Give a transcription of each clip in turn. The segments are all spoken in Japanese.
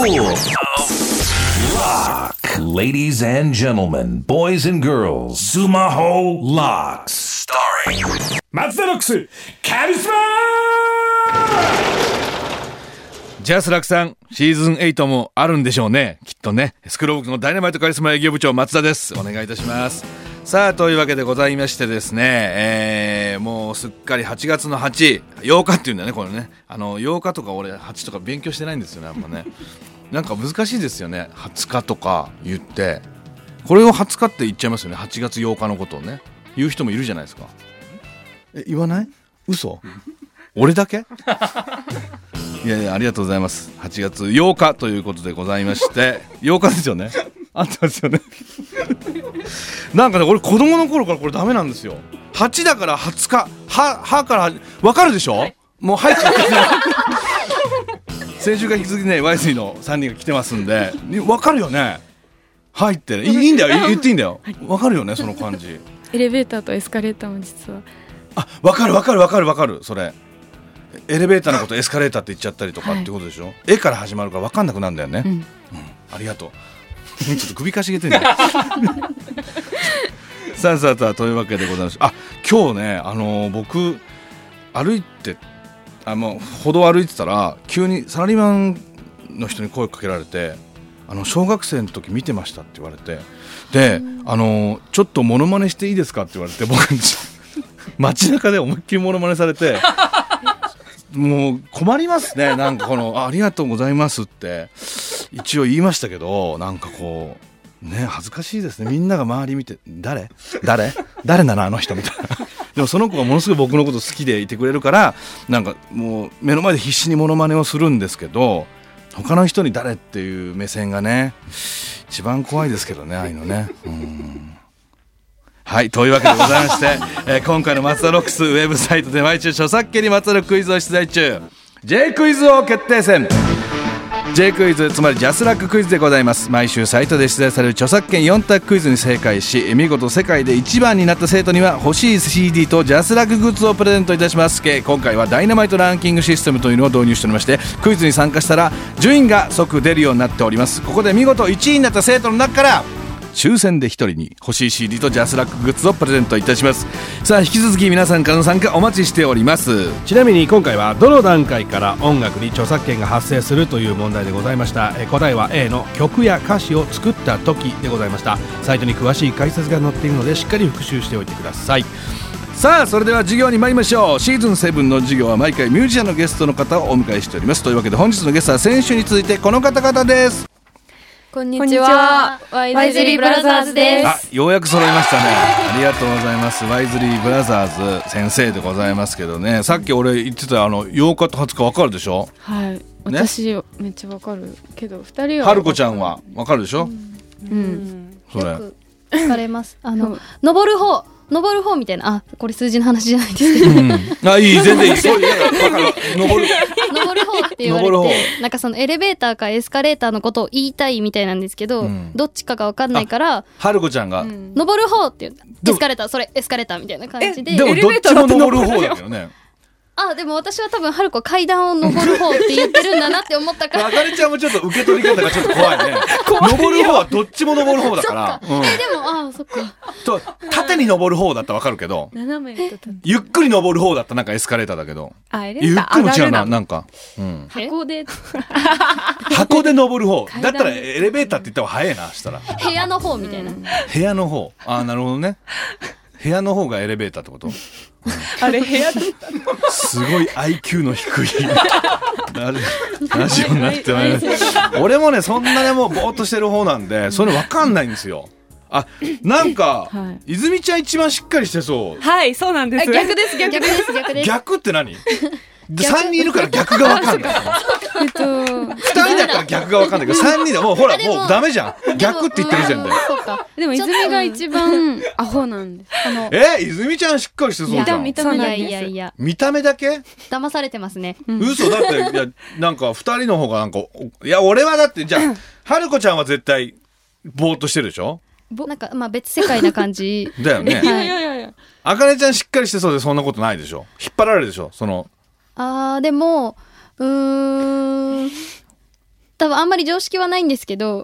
Lock. Ladies and gentlemen, boys and girls, Sumaho Locks. Starring 松田ロックスカリスマジャスラックさん、シーズン8もあるんでしょうね、きっとね。スクローブックのダイナマイトカリスマ営業部長松田です。お願いいたします。さあ、というわけでございましてですね、もうすっかり8月の8日っていうんだね、これね。8日とか俺8とか勉強してないんですよね、あんまね。なんか難しいですよね、20日とか言ってこれを20日って言っちゃいますよね。8月8日のことをね言う人もいるじゃないですか。言わない？嘘？俺だけ？いやいや、ありがとうございます。8月8日ということでございまして8日ですよね。あったんですよね。なんかね、俺子供の頃からこれダメなんですよ。8だから20日はから分かるでしょ、はい、もう入って先週から引き続きね、ワイズリーの3人が来てますんで分かるよね。入ってね、いいんだよ、言っていいんだよ、分かるよね、その感じ。 エレベーターとエスカレーターも実は分かる。それエレベーターのことエスカレーターって言っちゃったりとかってことでしょ、はい、絵から始まるから分かんなくなるんだよね、ありがとう。ちょっと首かしげてんだよ。さあというわけでございます。今日ね、僕歩いて歩道を歩いてたら急にサラリーマンの人に声かけられて、小学生の時見てましたって言われて、でちょっとモノマネしていいですかって言われて、僕街中で思いっきりモノマネされてもう困りますね。なんかありがとうございますって一応言いましたけど、なんかこうね、恥ずかしいですね。みんなが周り見て誰なのあの人みたいな。でもその子がものすごい僕のこと好きでいてくれるから、なんかもう目の前で必死にモノマネをするんですけど、他の人に誰っていう目線がね一番怖いですけどね、ああいうのね。はい、というわけでございまして、今回の松田ロックスウェブサイトで毎週著作権にまつわるクイズを出題中、 J クイズ王決定戦 J クイズ、つまりジャスラッククイズでございます。毎週サイトで出題される著作権4択クイズに正解し、見事世界で1番になった生徒には欲しい CD とジャスラックグッズをプレゼントいたします。今回はダイナマイトランキングシステムというのを導入しておりまして、クイズに参加したら順位が即出るようになっております。ここで見事1位になった生徒の中から抽選で1人に欲しい CD とジャスラックグッズをプレゼントいたします。さあ、引き続き皆さんからの参加お待ちしております。 ちなみに今回はどの段階から音楽に著作権が発生するという問題でございました。答えは A の曲や歌詞を作った時でございました。サイトに詳しい解説が載っているのでしっかり復習しておいてください。 さあ、それでは授業に参りましょう。シーズン7の授業は毎回ミュージシャンのゲストの方をお迎えしております。というわけで本日のゲストは先週に続いてこの方々です。 こんにちは、ワイズリーブラザーズです。 ようやく揃いましたね。ありがとうございます。ワイズリーブラザーズ先生でございますけどね、さっき俺言ってた8日と20日分かるでしょ。 はい、私めっちゃ分かるけど2人は春子ちゃんは分かるでしょ。それよく聞かれます。登る方みたいな。これ数字の話じゃないですけど、 いい、全然いい。そういう分かる。登る方って言われて、なんかそのエレベーターかエスカレーターのことを言いたいみたいなんですけど、どっちかが分かんないから春子ちゃんが登る方って言う、エスカレーター、それエスカレーターみたいな感じで。 でもどっちも登る方だけどね。 でも私は多分春子階段を登る方って言ってるんだなって思ったから。 あかねちゃんもちょっと受け取り方がちょっと怖いね。登る方はどっちも登る方だから。 でもそっか。 縦に登る方だったらわかるけど、 斜めとゆっくり登る方だったらなんかエスカレーターだけど、ゆっくりも違うな、なんか、箱で登る方だったらエレベーターって言った方が早いな。したら部屋の方みたいな。 部屋の方。なるほどね。部屋の方がエレベーターってこと。 あれ部屋だ。 すごい IQ の低いラジオになってまいりました。俺もね、そんなね、もうぼーっとしてる方なんでそれ分かんないんですよ。なんか、泉ちゃん一番しっかりしてそう。 はい、そうなんです。 逆です。 逆って何？3人いるから逆が分かんない。2人だったら逆が分かんないけど、3人だもうほら、もうダメじゃん。逆って言ってる時点で。 でも泉が一番アホなんです。 泉ちゃんしっかりしてそうじゃん。 見た目だけ。 いや見た目だけ騙されてますね。 嘘だって。いや、なんか2人の方がなんか、いや俺はだって、じゃあ春子ちゃんは絶対ぼーっとしてるでしょ。 なんか別世界な感じだよね。 いやあかねちゃんしっかりしてそうでそんなことないでしょ。引っ張られるでしょ。 でも多分あんまり常識はないんですけど、 うん、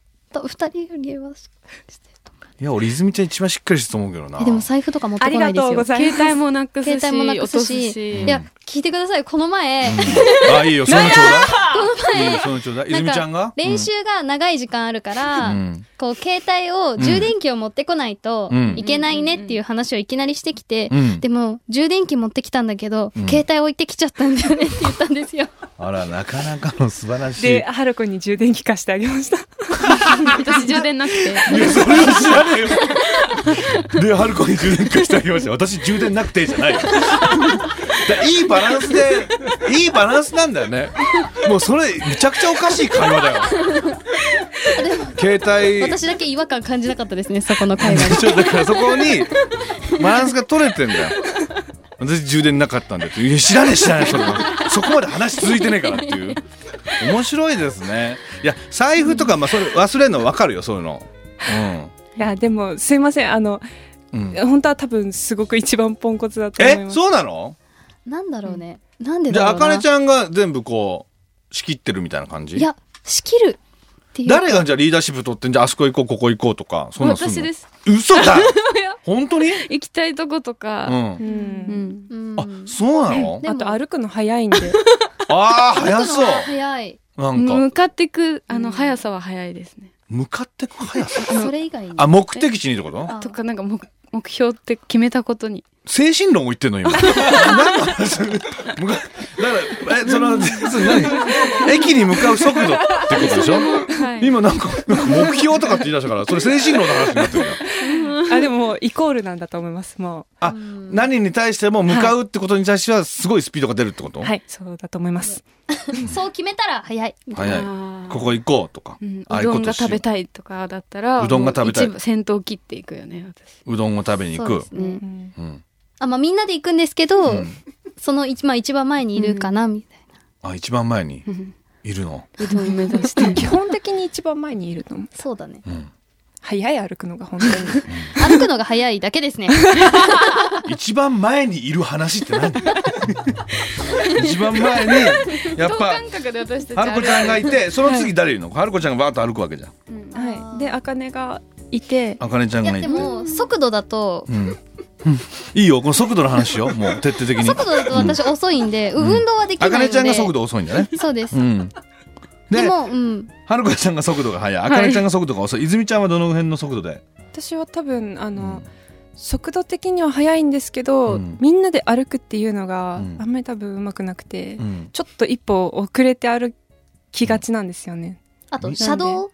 2人よりはいや俺泉ちゃん一番しっかりしてると思うけどな。 でも財布とか持ってこないですよ。 ありがとうございます。 携帯もなくすし、 携帯もなくすし、 落とすし。 いや聞いてください。この前、 あ、いいよ、そのちょうだい。 この前いいよ、そのちょうだい。泉ちゃんが練習が長い時間あるから、こう携帯を充電器を持ってこないといけないねっていう話をいきなりしてきて、でも充電器持ってきたたんだけど、携帯置いてきちゃったんだよねって言ったんですよ。 あら、なかなかの素晴らしい。 で、はるこに充電器貸してあげました。 私充電なくて。 いや、それは知らないよ。で、はるこに充電貸してあげました。私充電なくてじゃないよ。いいバランスで、いいバランスなんだよね。もうそれめちゃくちゃおかしい会話だよ。携帯。 私だけ違和感感じなかったですね、そこの会話に。 だからそこにバランスが取れてんだよ。私充電なかったんだって。いや、知らねえそれは。そこまで話続いてねえからっていう。面白いですね。いや、財布とか、まあそれ忘れるの分かるよ、そういうの。 いや、でもすいません、本当は多分すごく一番ポンコツだと思います。 そうなの？ なんだろうね。なんでだろうな。 じゃあ、あかねちゃんが全部こう仕切ってるみたいな感じ？ いや、仕切るっていう。 誰がじゃあリーダーシップ取ってんじゃあ、あそこ行こう、ここ行こうとか、そんなすんの？ 私です。 嘘だ。本当に？ 行きたいとことか。 あ、そうなの？ あと歩くの早いんで。 ああ、早そう。 早い。 なんか向かってく速さは早いですね。 向かってく速さ。 それ以外に。 あ、目的地にってこと？ とかなんか目標って決めたことに。 精神論を言ってんの今。何の話？だからその何？駅に向かう速度ってことでしょ？はい、今なんか目標とかって言い出したから、それ精神論の話になってるよ。でももうイコールなんだと思います。もう。 あ、何に対しても向かうってことに対してはすごいスピードが出るってこと？ はい、そうだと思います。 そう決めたら早い。 早い。ここ行こうとか。 うどんが食べたいとかだったら、 うどんが食べたい。 一部先頭切っていくよね、私。 うどんを食べに行く。 そうですね。まあみんなで行くんですけど、その一番前にいるかなみたいな。 あ、一番前にいるの？ うどん目指して。 基本的に一番前にいるの。 そうだね。 早い歩くのが本当に。 歩くのが早いだけですね。 一番前にいる話って何？一番前にやっぱはるこちゃんがいて、その次誰いるの？はるこちゃんがバーッと歩くわけじゃん。 はい。で、あかねがいて、 あかねちゃんがいて。 でも速度だと。 いいよ、この速度の話よ、もう徹底的に。 速度だと私遅いんで、運動はできないので。 あかねちゃんが速度遅いんだね。 そうです。 でも、はるこちゃんが速度が速い、あかねちゃんが速度が遅い。泉ちゃんはどの辺の速度で？ 私は多分速度的には速いんですけど、みんなで歩くっていうのがあんまり多分うまくなくて、ちょっと一歩遅れて歩きがちなんですよね。 あと車道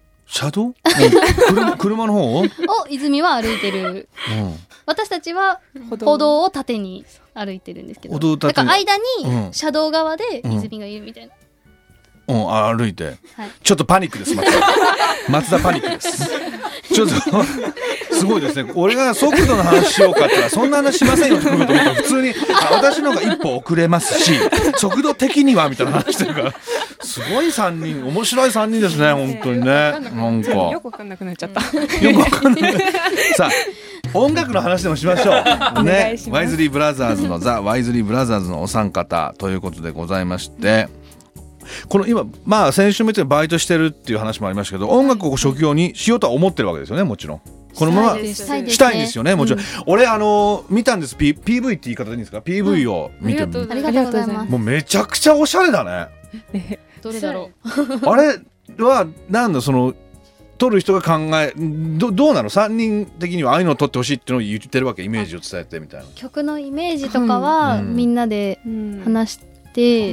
車の方を泉は歩いてる。私たちは歩道を縦に歩いてるんですけど、だから間に車道側で泉がいるみたいな。 歩いて、ちょっとパニックです。松田パニックです。ちょっとすごいですね。俺が速度の話しようかって言ったらそんな話しませんよって来ると思ったら、普通に私の方が一歩遅れますし、速度的にはみたいな話してるから、すごい3人、面白い3人ですね、本当にね。なんかよくわかんなくなっちゃった。 よくわかんない。さあ、音楽の話でもしましょうね。ワイズリーブラザーズのザ・ワイズリーブラザーズのお三方ということでございまして、この今、まあ先週も言ってバイトしてるっていう話もありましたけど、音楽を職業にしようとは思ってるわけですよね、もちろん。このまましたいんですよね、もちろん。俺見たんです。PV って言い方でいいんですか？ PV を見て、 ありがとうございます。 もうめちゃくちゃおしゃれだね。 どれだろう。あれはなんだ、その撮る人が考え、どうなの？3人的にはああいうのを撮ってほしいっていうのを言ってるわけ、イメージを伝えてみたいな。 曲のイメージとかはみんなで話して、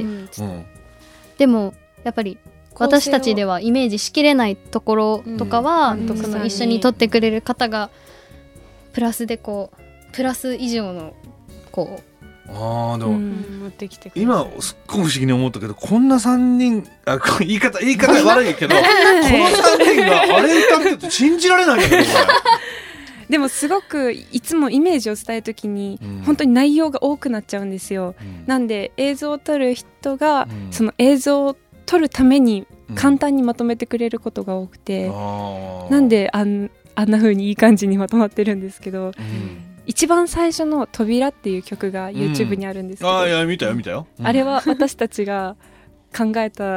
でもやっぱり私たちではイメージしきれないところとかは、その一緒に撮ってくれる方がプラスでプラス以上のでも持ってきて今すっごく不思議に思ったけど、こんな3人、言い方悪いけどこの3人があれ歌ってると信じられないけどでもすごくいつもイメージを伝えるときに本当に内容が多くなっちゃうんですよ。なんで映像を撮る人がその映像を撮るために簡単にまとめてくれることが多くて、なんであんな風にいい感じにまとまってるんですけど、一番最初の扉っていう曲が YouTube にあるんですけど、 いや見たよ、 あれは私たちが考えた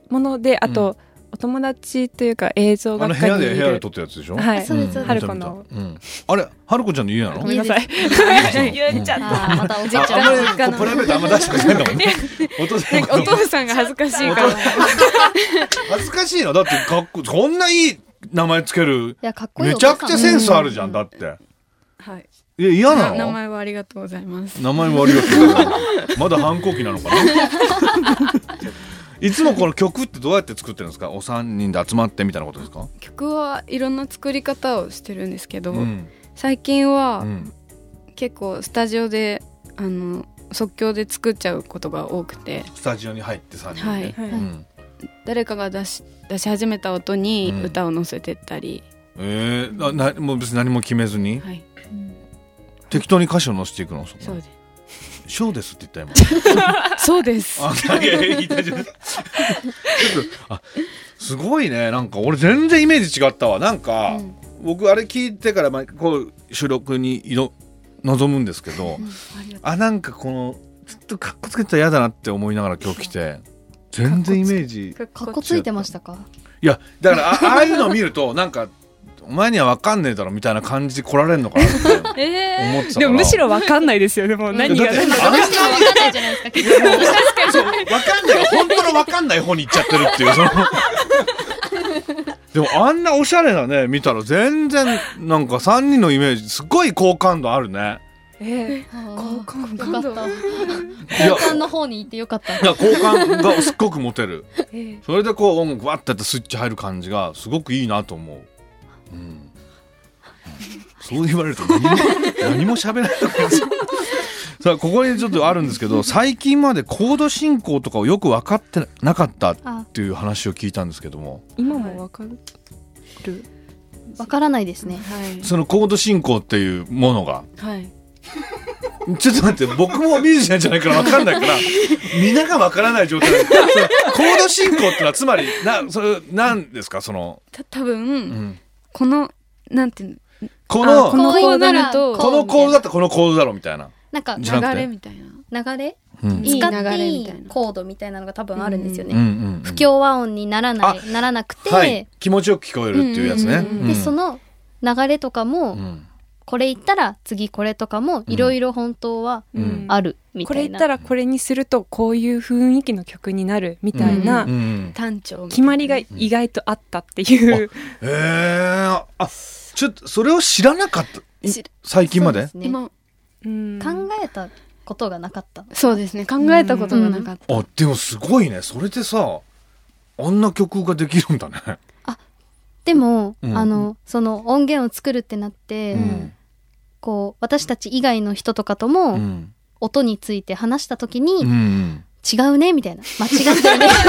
もので、あと、お友達というか映像学科にいる部屋で撮ったやつでしょ。 はい、 そうです春子の、 あれ春子ちゃんの家なの。 ごめんなさい言っちゃった。 またおじいちあんまりゃんプライベートあんま出してくれないんだもんね。お父さんが恥ずかしいから恥ずかしいのだってこんないい名前つける。 いやかっこいい。 めちゃくちゃセンスあるじゃん、だって。 はい。 嫌なの？ 名前はありがとうございます。 名前もありがとうございます。まだ反抗期なのかな。いつもこの曲ってどうやって作ってるんですか？お三人で集まってみたいなことですか？ 曲はいろんな作り方をしてるんですけど、最近は結構スタジオで即興で作っちゃうことが多くて、 スタジオに入って3人で、 誰かが出し始めた音に歌を乗せてったり、 もう別に何も決めずに、適当に歌詞を載せていくの？ そうです。 ショーですって言った今。 そうです。 すごいね。なんか俺全然イメージ違ったわ。なんか、僕あれ聞いてからこう収録に臨むんですけど、なんかこのずっとカッコつけてたら嫌だなって思いながら今日来て、全然イメージカッコついてましたか？ いやだからああいうのを見るとなんかお前には分かんねえだろみたいな感じで来られるのかなって思ってたから、 でもむしろ分かんないですよ。でも何がだって分かんないじゃないですか。結構そう分かんない本当の分かんない方に行っちゃってるっていうでもあんなおしゃれなね見たら全然なんか3人のイメージすごい好感度あるね。 好感度よかった。好感の方に行ってよかった。 いや好感がすっごく持てる。それでこう音楽わってやってスイッチ入る感じがすごくいいなと思う。そう言われると何も喋らないさあここにちょっとあるんですけど、最近までコード進行とかをよく分かってなかったっていう話を聞いたんですけども、 今も分かる？ 分からないですね。 そのコード進行っていうものが、ちょっと待って、僕もミュージシャンじゃないから分かんないからみんなが分からない状態でコード進行ってのはつまりそれ何ですか？その多分、このなんていうの、 このコードだとこのコードだったらこのコードだろうみたいな、 なんか流れみたいな流れ、 いい使っていいコードみたいなのが多分あるんですよね。不協和音にならなくて、 気持ちよく聞こえるっていうやつね。 でその流れとかも、これ言ったら次これとかもいろいろ本当はあるみたいな、 これ言ったらこれにするとこういう雰囲気の曲になるみたいな単調決まりが意外とあったっていう。 ちょっとそれを知らなかった。最近まで今考えたことがなかった。 そうですね、考えたことがなかった。 でもすごいね。それでさあんな曲ができるんだね。 でも、その音源を作るってなって、こう私たち以外の人とかとも、音について話した時に、違うねみたいな、間違ってるね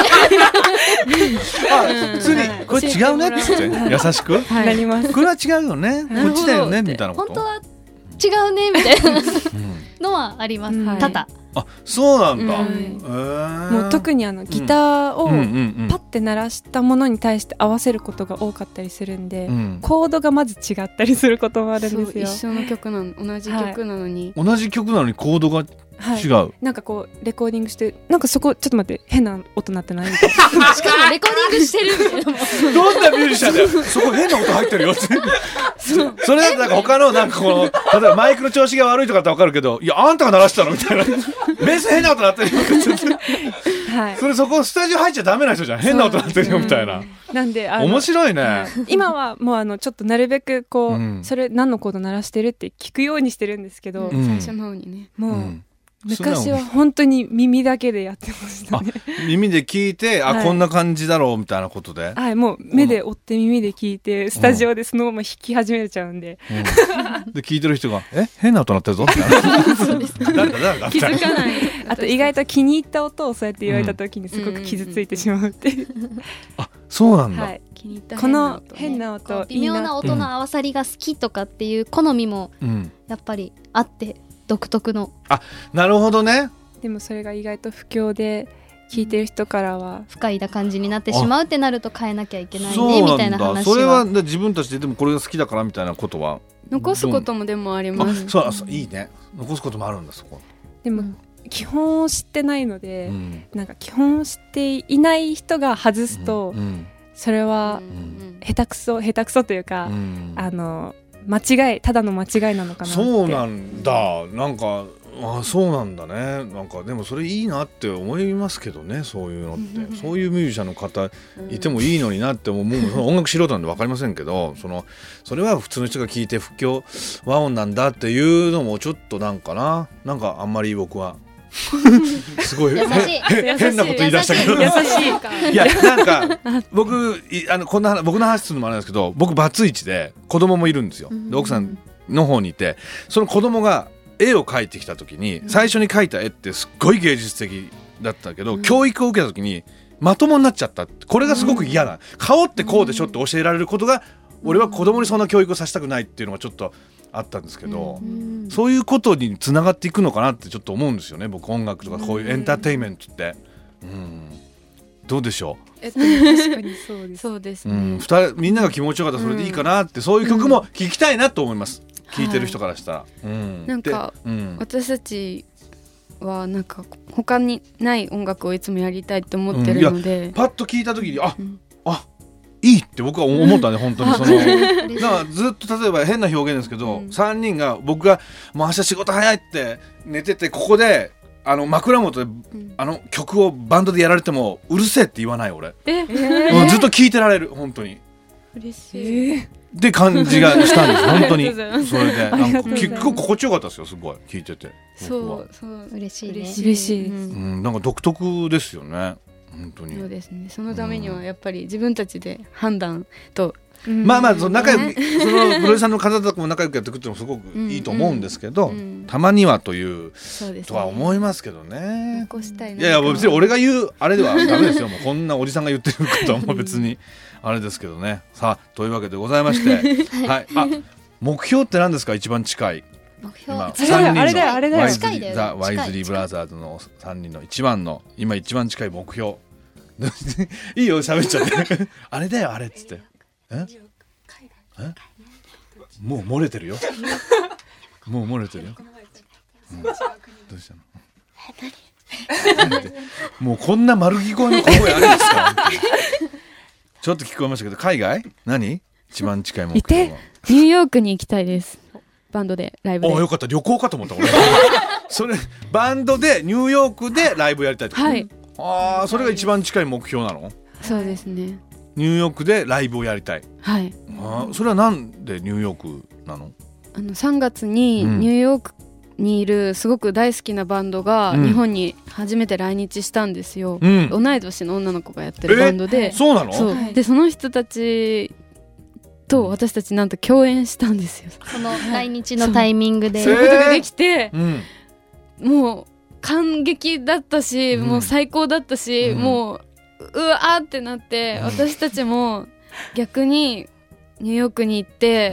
普通にこれ違うねって言って優しくなります。 これは違うよね、こっちだよねみたいなこと。 本当は違うねみたいなのはあります。多々。 そうなんだ。 もう特にギターをパッて鳴らしたものに対して合わせることが多かったりするんで、コードがまず違ったりすることもあるんですよ。 一緒の曲なの、同じ曲なのに、 同じ曲なのにコードが違う。 なんかこうレコーディングしてなんかそこちょっと待って変な音鳴ってないみたいな。 しかもレコーディングしてるみたいな。 どんなミュージシャンだよ。そこ変な音入ってるよって。それだとなんか他のなんかこの例えばマイクの調子が悪いとかって分かるけど、いやあんたが鳴らしたのみたいな。ベース変な音鳴ってるよって。そこスタジオ入っちゃダメな人じゃん。変な音鳴ってるよみたいな。 なんで面白いね。 今はもうちょっとなるべくこう、それ何のコード鳴らしてるって聞くようにしてるんですけど、 最初の方にね、 もう昔は本当に耳だけでやってましたね。 耳で聞いてこんな感じだろうみたいなことで、 もう目で追って耳で聞いてスタジオでそのまま弾き始めちゃうんで、 で聞いてる人が変な音鳴ってるぞって誰だ気づかない。 あと意外と気に入った音をそうやって言われた時にすごく傷ついてしまうっていう。 そうなんだ。 この変な音、 微妙な音の合わさりが好きとかっていう好みもやっぱりあって、独特の。 なるほどね。 でもそれが意外と不況で聞いてる人からは不快な感じになってしまうってなると変えなきゃいけないねみたいな話は。 それは自分たちででもこれが好きだからみたいなことは残すこともでもあります。 そういいね。残すこともあるんだ。そこでも基本を知ってないので、なんか基本を知っていない人が外すと、それは下手くそというか、間違い、ただの間違いなのかなって。 そうなんだ。なんかそうなんだね。なんかでもそれいいなって思いますけどね、そういうのって。そういうミュージシャンの方いてもいいのになって思う。音楽素人なんで分かりませんけど、それは普通の人が聞いて不協和音なんだっていうのもちょっとなんかあんまり僕はすごい変なこと言い出したけど、優しい。いやなんか僕僕の話するのもあれなんですけど、僕バツイチで子供もいるんですよ。で奥さんの方にいて、その子供が絵を描いてきた時に、最初に描いた絵ってすっごい芸術的だったけど、教育を受けた時にまともになっちゃった。これがすごく嫌な。顔ってこうでしょって教えられることが、俺は子供にそんな教育をさせたくないっていうのがちょっとあったんですけど、そういうことにつながっていくのかなってちょっと思うんですよね。僕音楽とかこういうエンターテインメントって、どうでしょう。 確かにそうですね。 みんなが気持ちよかったらそれでいいかなって、そういう曲も聴きたいなと思います。聴いてる人からしたら、 なんか、私たちはなんか他にない音楽をいつもやりたいって思ってるので、 パッと聞いた時にいいって僕は思ったね。本当にだからずっと例えば変な表現ですけど、3人が僕がもう明日仕事早いって寝てて、ここで枕元で曲をバンドでやられてもうるせえって言わない俺。ずっと聴いてられる。本当に嬉しいって感じがしたんです本当に。それでなんか結構心地よかったですよ。すごい聴いてて。 そう嬉しいね。 嬉しい。 なんか独特ですよね。本当に。 そうですね。そのためにはやっぱり自分たちで判断と、 まあ仲良くプロデューサーの方とも仲良くやっていくっていうのもすごくいいと思うんですけど、たまにはというとは思いますけどね。 残したいな。 いや別に俺が言うあれではダメですよ。もうこんなおじさんが言ってることはもう別にあれですけどね。さあというわけでございまして、はい。目標って何ですか？一番近い。 目標。 3人のあれだよ。 ザ・ワイズリーブラザーズの3人の一番近い目標。いいよ喋っちゃってあれだよあれっつって。もう漏れてるよ。もう漏れてるよ。どうしたの？もうこんな丸聞こえの声あれですか？ちょっと聞こえましたけど、海外？何？一番近い目標は。 ニューヨークに行きたいです。バンドでライブで。 よかった。旅行かと思った俺。それバンドでニューヨークでライブやりたいってこと？はい。それが一番近い目標なの？ そうですね。 ニューヨークでライブをやりたい。 はい。 それはなんでニューヨークなの ？3月にニューヨークにいるすごく大好きなバンドが日本に初めて来日したんですよ。同い年の女の子がやってるバンドで。 そうなの？ でその人たちと私たちなんと共演したんですよ。 その来日のタイミングでそういうことができて、もう感激だったし、もう最高だったし、もううわーってなって、私たちも逆にニューヨークに行って、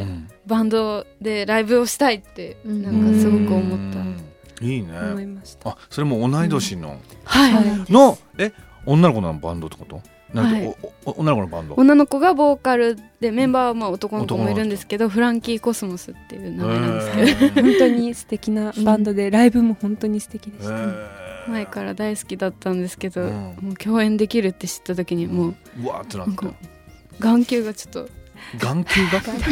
バンドでライブをしたいってなんかすごく思った。 いいね。 思いました。 それも同い年の、 はいの女の子のバンドってこと？女の子のバンド。 女の子がボーカルで、メンバーはまあ男の子もいるんですけど、フランキーコスモスっていう名前なんですけど、 本当に素敵なバンドで、ライブも本当に素敵でした。 前から大好きだったんですけど、もう共演できるって知った時にもうわーってなった。 眼球がちょっと眼球がちょっ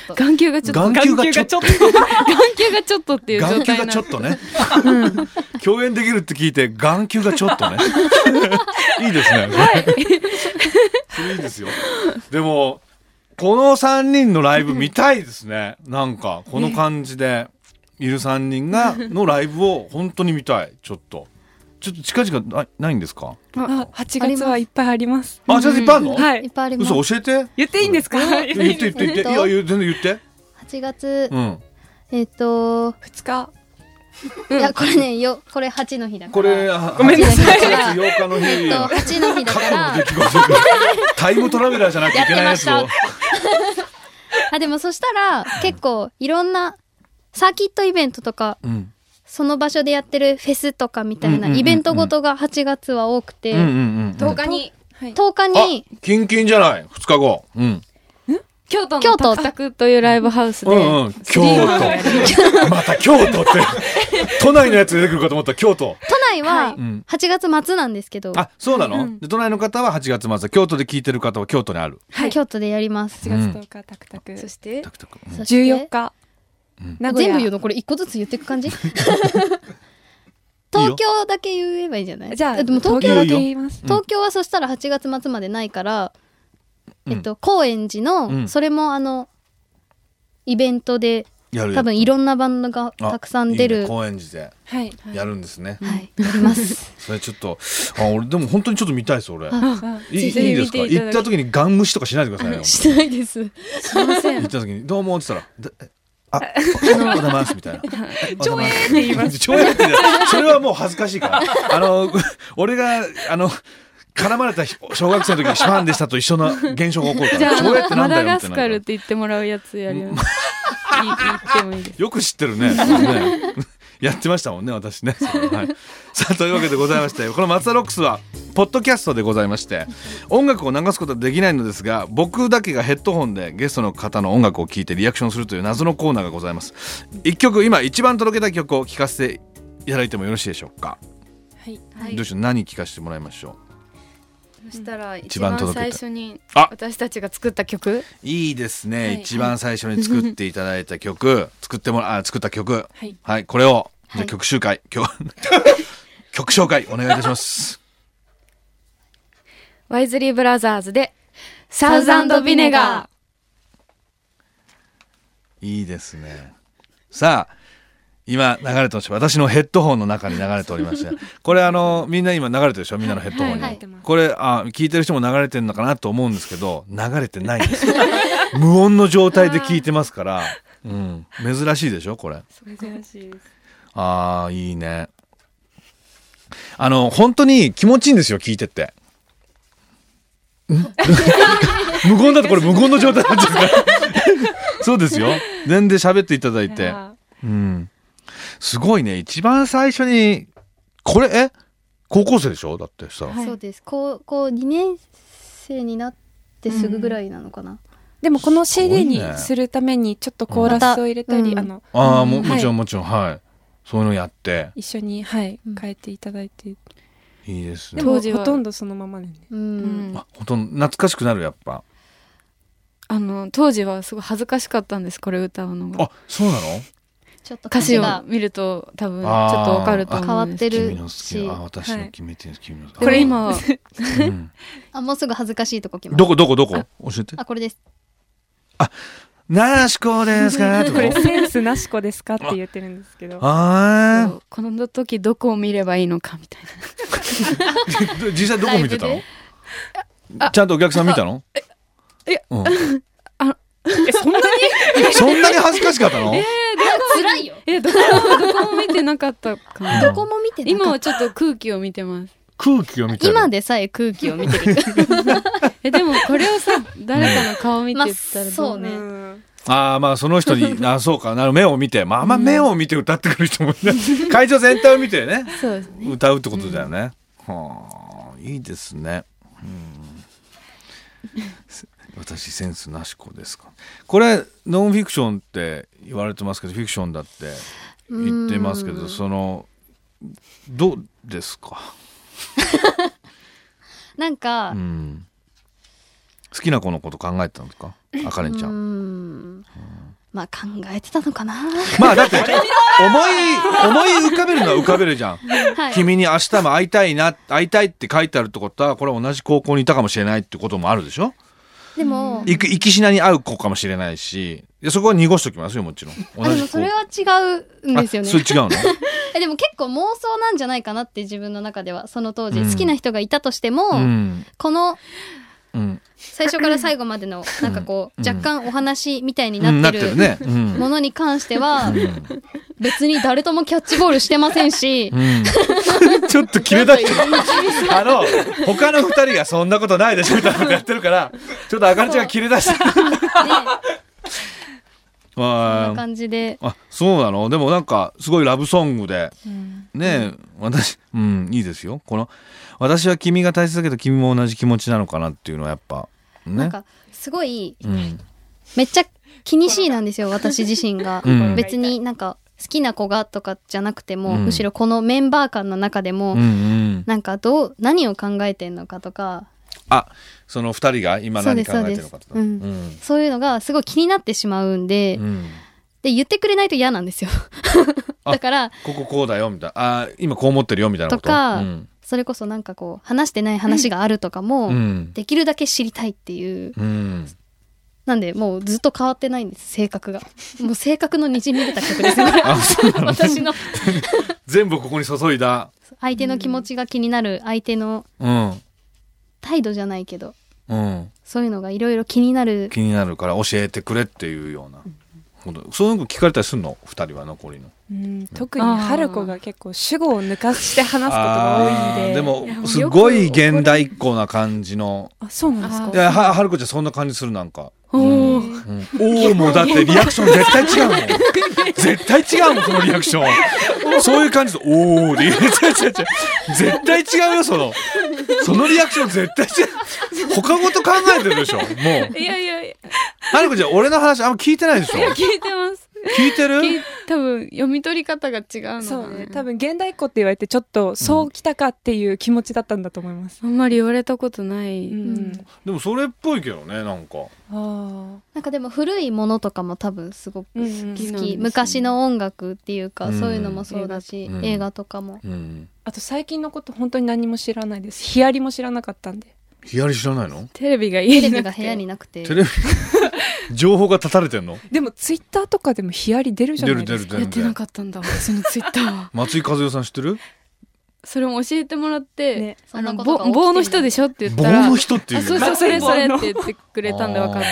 とっていう状態になって、 眼球がちょっとね共演できるって聞いて眼球がちょっとねいいですね。それいいですよ。でもこの3人のライブ見たいですね。なんかこの感じでいる3人がのライブを本当に見たい。ちょっと近々ないんですか ？8月はいっぱいあります。 じゃあいっぱいあるの？ はい、 いっぱいあります。 嘘教えて。 言っていいんですか？ 言って。いや全然言って。 8月 2日。 いやこれねこれ8の日だから。 これごめんなさい。 8月8日の日。 8の日だから。 タイムトラベラーじゃなきゃいけないやつを。 でもそしたら結構いろんなサーキットイベントとか。その場所でやってるフェスとかみたいなイベントごとが8月は多くて、 10日に 10日にキンキンじゃない2日後。 京都のタクタクというライブハウスで、 京都また京都って都内のやつ出てくるかと思ったら京都。 都内は8月末なんですけど、 あ、そうなの、で都内の方は8月末、京都で聞いてる方は京都にある。 はい、京都でやります。 8月10日タクタク、 そしてタクタク、 14日、名古屋。 全部言うのこれ1個ずつ言っていく感じ東京だけ言えばいいんじゃない？ じゃあでも東京だけ言います。 東京はそしたら8月末までないから、高円寺の、それもイベントで多分いろんなバンドがたくさん出る。 高円寺でやるんですね。 はい、やります。 それちょっと俺でも本当にちょっと見たいです俺。いいですか？ 見ていただ行った時にガン無視とかしないでくださいよ。 しないです。しません。 行った時にどうもって言ったら。おはようございますみたいな。 超えって言います。 超えってそれはもう恥ずかしいから。俺が絡まれた小学生の時にシャンでしたと一緒な現象が起こるから。 じゃ超えってあなんだよマダガスカルって言ってもらうやつやります。言ってもいいです。 よく知ってるね。やってましたもんね私ね。はい、さあというわけでございまして、この松田ロックスはポッドキャストでございまして、音楽を流すことはできないのですが、僕だけがヘッドホンでゲストの方の音楽を聴いてリアクションするという謎のコーナーがございます。一曲、今一番届けたい曲を聴かせていただいてもよろしいでしょうか？ はい、 どうしよう、何聴かせてもらいましょそしたら一番最初にあ私たちが作った曲。 う。いいですね、 はい、 一番最初に作っていただいた曲作った曲、 はい、 これをじゃあ曲紹介、曲紹介お願いいたします。 ワイズリーブラザーズでサウザンドビネガー。いいですね。さあ今流れてました。私のヘッドホンの中に流れておりまして、これみんな今流れてるでしょ、みんなのヘッドホンに、 はい、 これ聞いてる人も流れてるのかなと思うんですけど、流れてないんですよ無音の状態で聞いてますから、珍しいでしょこれ。 珍しいです。 いいね。本当に気持ちいいんですよ聞いてて無言だとこれ無言の状態なんですからそうですよ、全然喋っていただいて、すごいね。一番最初にこれ高校生でしょだってさ、 はい、そうです。高校2年生になってすぐぐらいなのかな、 でもこの CD にするためにちょっとコーラスを入れたり、 もちろんもちろん、はい、そういうのやって一緒に、変えていただいて、 いいですね。 当時はほとんどそのままでね、 ほとんど懐かしくなる。やっぱ当時はすごい恥ずかしかったんです、これ歌うのが。 あ、そうなの？ ちょっと歌詞を見ると多分ちょっとわかると思うんです。 変わってるし、 私の決めてる君の好き。 これ今はもうすぐ恥ずかしいとこ来ます。 どこ教えて。 これです。 なしこですか？ これセンスなしこですかって言ってるんですけど、 この時どこを見ればいいのかみたいな実際どこ見てたの？ちゃんとお客さん見たの？そんなに恥ずかしかったの？ 辛いよ。 どこも見てなかったかな。 どこも見てなかった。 今はちょっと空気を見てます。 空気を見てる。 今でさえ空気を見てるでもこれをさ、誰かの顔見てったらそうね。 その人にそうかな、目を見て、目を見て歌ってくる人もね会場全体を見てね、 そうですね、 歌うってことだよね。いいですね。私センスなし子ですか。これノンフィクションって言われてますけど、フィクションだって言ってますけど、どうですかなんか、 好きな子のこと考えてたんですか、あかねちゃん。 考えてたのかな。 だって思い浮かべるのは浮かべるじゃん、君に明日も会いたいって書いてあるってことは、これは同じ高校にいたかもしれないってこともあるでしょ。 でも行きしなに会う子かもしれないし、そこは濁しときますよ、もちろん。 でもそれは違うんですよね。 それ違うの？ でも結構妄想なんじゃないかなって、自分の中では。その当時、好きな人がいたとしても、この最初から最後までのなんかこう、若干お話みたいになってるものに関しては、別に誰ともキャッチボールしてませんし、 ちょっと切れ出して他の二人がそんなことないでしょみたいなことやってるから、ちょっとあかねちゃんが切れ出してそんな感じで。 そうなの。でもなんかすごいラブソングで、私いいですよ。私は君が大切だけど君も同じ気持ちなのかなっていうのはやっぱね、 なんかすごい、 めっちゃ気にしいなんですよ私自身が、 うん、 別になんか好きな子がとかじゃなくても、むしろこのメンバー間の中でも、なんか何を考えてんのかとか、 その2人が今何考えてるのかとか、 そういうのがすごい気になってしまうんで、で言ってくれないと嫌なんですよだからこうだよみたいな、今こう思ってるよみたいなこととか、それこそなんかこう話してない話があるとかも、できるだけ知りたいっていう、なんでもうずっと変わってないんです性格が。もう性格のにじみ出た曲ですよ私の全部ここに注いだ相手の気持ちが気になる、相手の態度じゃないけど、そういうのがいろいろ気になるから教えてくれっていうような、そういうの聞かれたりするの2人は残りの。 特に春子が結構主語を抜かして話すことが多いんで。 でもすごい現代っ子な感じの。 そうなんですか。 いや春子ちゃんそんな感じする。なんかおーもうだってリアクション絶対違うもん絶対違うもんそのリアクションそういう感じでおーで絶対違うよそのリアクション絶対違う他ごと考えてるでしょもう。 いや春子ちゃん俺の話あんま聞いてないでしょ。 聞いてます。 聞いてる？ 多分読み取り方が違うの。 そうね。多分現代っ子って言われてちょっとそうきたかっていう気持ちだったんだと思います。 あんまり言われたことない。 でもそれっぽいけどねなんか。 なんかでも古いものとかも多分すごく好き、昔の音楽っていうか、そういうのもそうだし、映画とかも、 あと最近のこと本当に何も知らないです。ヒアリも知らなかったんで。 ヒアリ知らないの？ テレビが部屋になくて。 テレビ情報が断たれてんの？ でもツイッターとかでもヒアリ出るじゃないですか。 やってなかったんだそのツイッターは。 松井和代さん知ってる？ それも教えてもらって、棒の人でしょって言ったら、 棒の人っていう、 そうそれって言ってくれたんで分かった。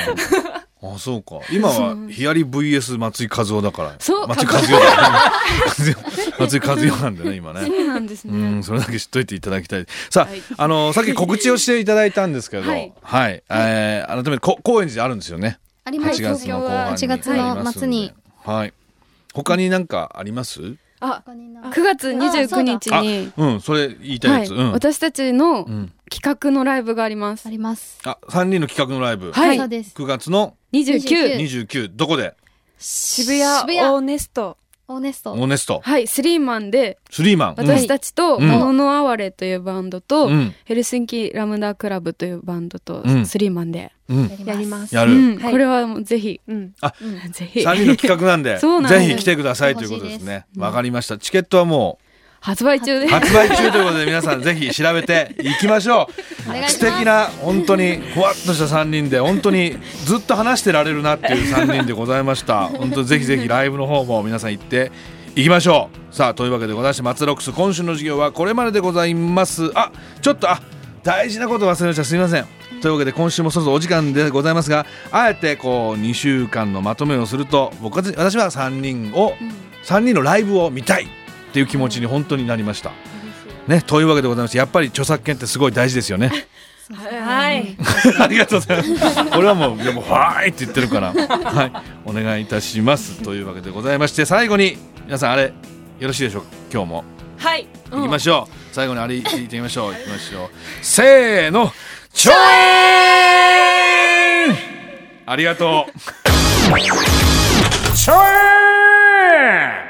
あ、そうか。今はヒアリ VS 松井和夫だから。 そう。 松井和夫だ。松井和夫なんだね今ね。 そうなんですね。 それだけ知っといていただきたい。さあ、さっき告知をしていただいたんですけど、改めて高円寺あるんですよね。 あります。 8月の後半に。 8月の末に。 はい。他に何かあります？ 9月29日に、 それ言いたいやつ。 私たちの企画のライブがあります。 あります。 3人の企画のライブ。 はい、そうです。 9月の29。どこで？ 渋谷オーネスト。 オーネスト。 はい、スリーマンで。私たちと、もののあわれというバンドと、ヘルシンキラムダクラブというバンドと、スリーマンで。やります。 やる。 これはもうぜひ。 ぜひ。3人の企画なんで、ぜひ来てくださいということですね。わかりました。チケットはもう、 発売中です。 発売中ということで皆さんぜひ調べていきましょう。素敵な本当にふわっとした3人で本当にずっと話してられるなっていう3人でございました。本当にぜひぜひライブの方も皆さん行っていきましょう。さあというわけでございまして松田ロックス今週の授業はこれまででございます。ちょっと大事なこと忘れました。すみません。というわけで今週もそろそろお時間でございますが、あえてこう2週間のまとめをすると私は3人のライブを見たいっていう気持ちに本当になりました、ね、というわけでございましてやっぱり著作権ってすごい大事ですよね。 はいありがとうございます。これはもうはーいって言ってるから、はい、お願いいたしますというわけでございまして最後に皆さんあれよろしいでしょうか。今日もはい行きましょう。最後にあれ言ってみましょう。せーのちょえーんありがとうちょえーん